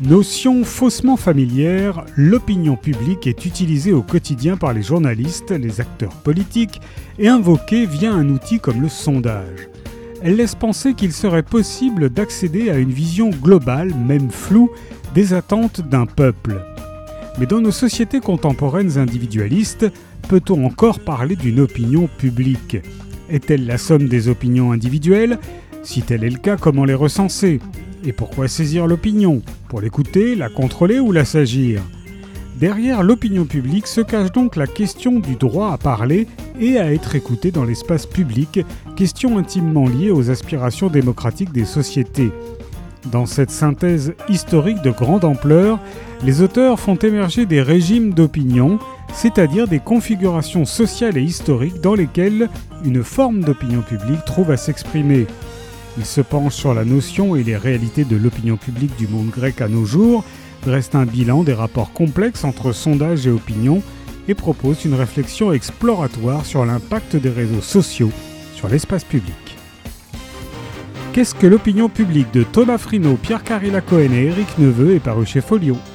Notion faussement familière, l'opinion publique est utilisée au quotidien par les journalistes, les acteurs politiques et invoquée via un outil comme le sondage. Elle laisse penser qu'il serait possible d'accéder à une vision globale, même floue, des attentes d'un peuple. Mais dans nos sociétés contemporaines individualistes, peut-on encore parler d'une opinion publique ? Est-elle la somme des opinions individuelles ? Si tel est le cas, comment les recenser ? Et pourquoi saisir l'opinion ? Pour l'écouter, la contrôler ou la s'agir ? Derrière l'opinion publique se cache donc la question du droit à parler et à être écouté dans l'espace public, question intimement liée aux aspirations démocratiques des sociétés. Dans cette synthèse historique de grande ampleur, les auteurs font émerger des régimes d'opinion, c'est-à-dire des configurations sociales et historiques dans lesquelles une forme d'opinion publique trouve à s'exprimer. Ils se penchent sur la notion et les réalités de l'opinion publique du monde grec à nos jours, dressent un bilan des rapports complexes entre sondage et opinion et proposent une réflexion exploratoire sur l'impact des réseaux sociaux sur l'espace public. Qu'est-ce que l'opinion publique de Thomas Frino, Pierre Carilla-Cohen et Éric Neveu est paru chez Folio.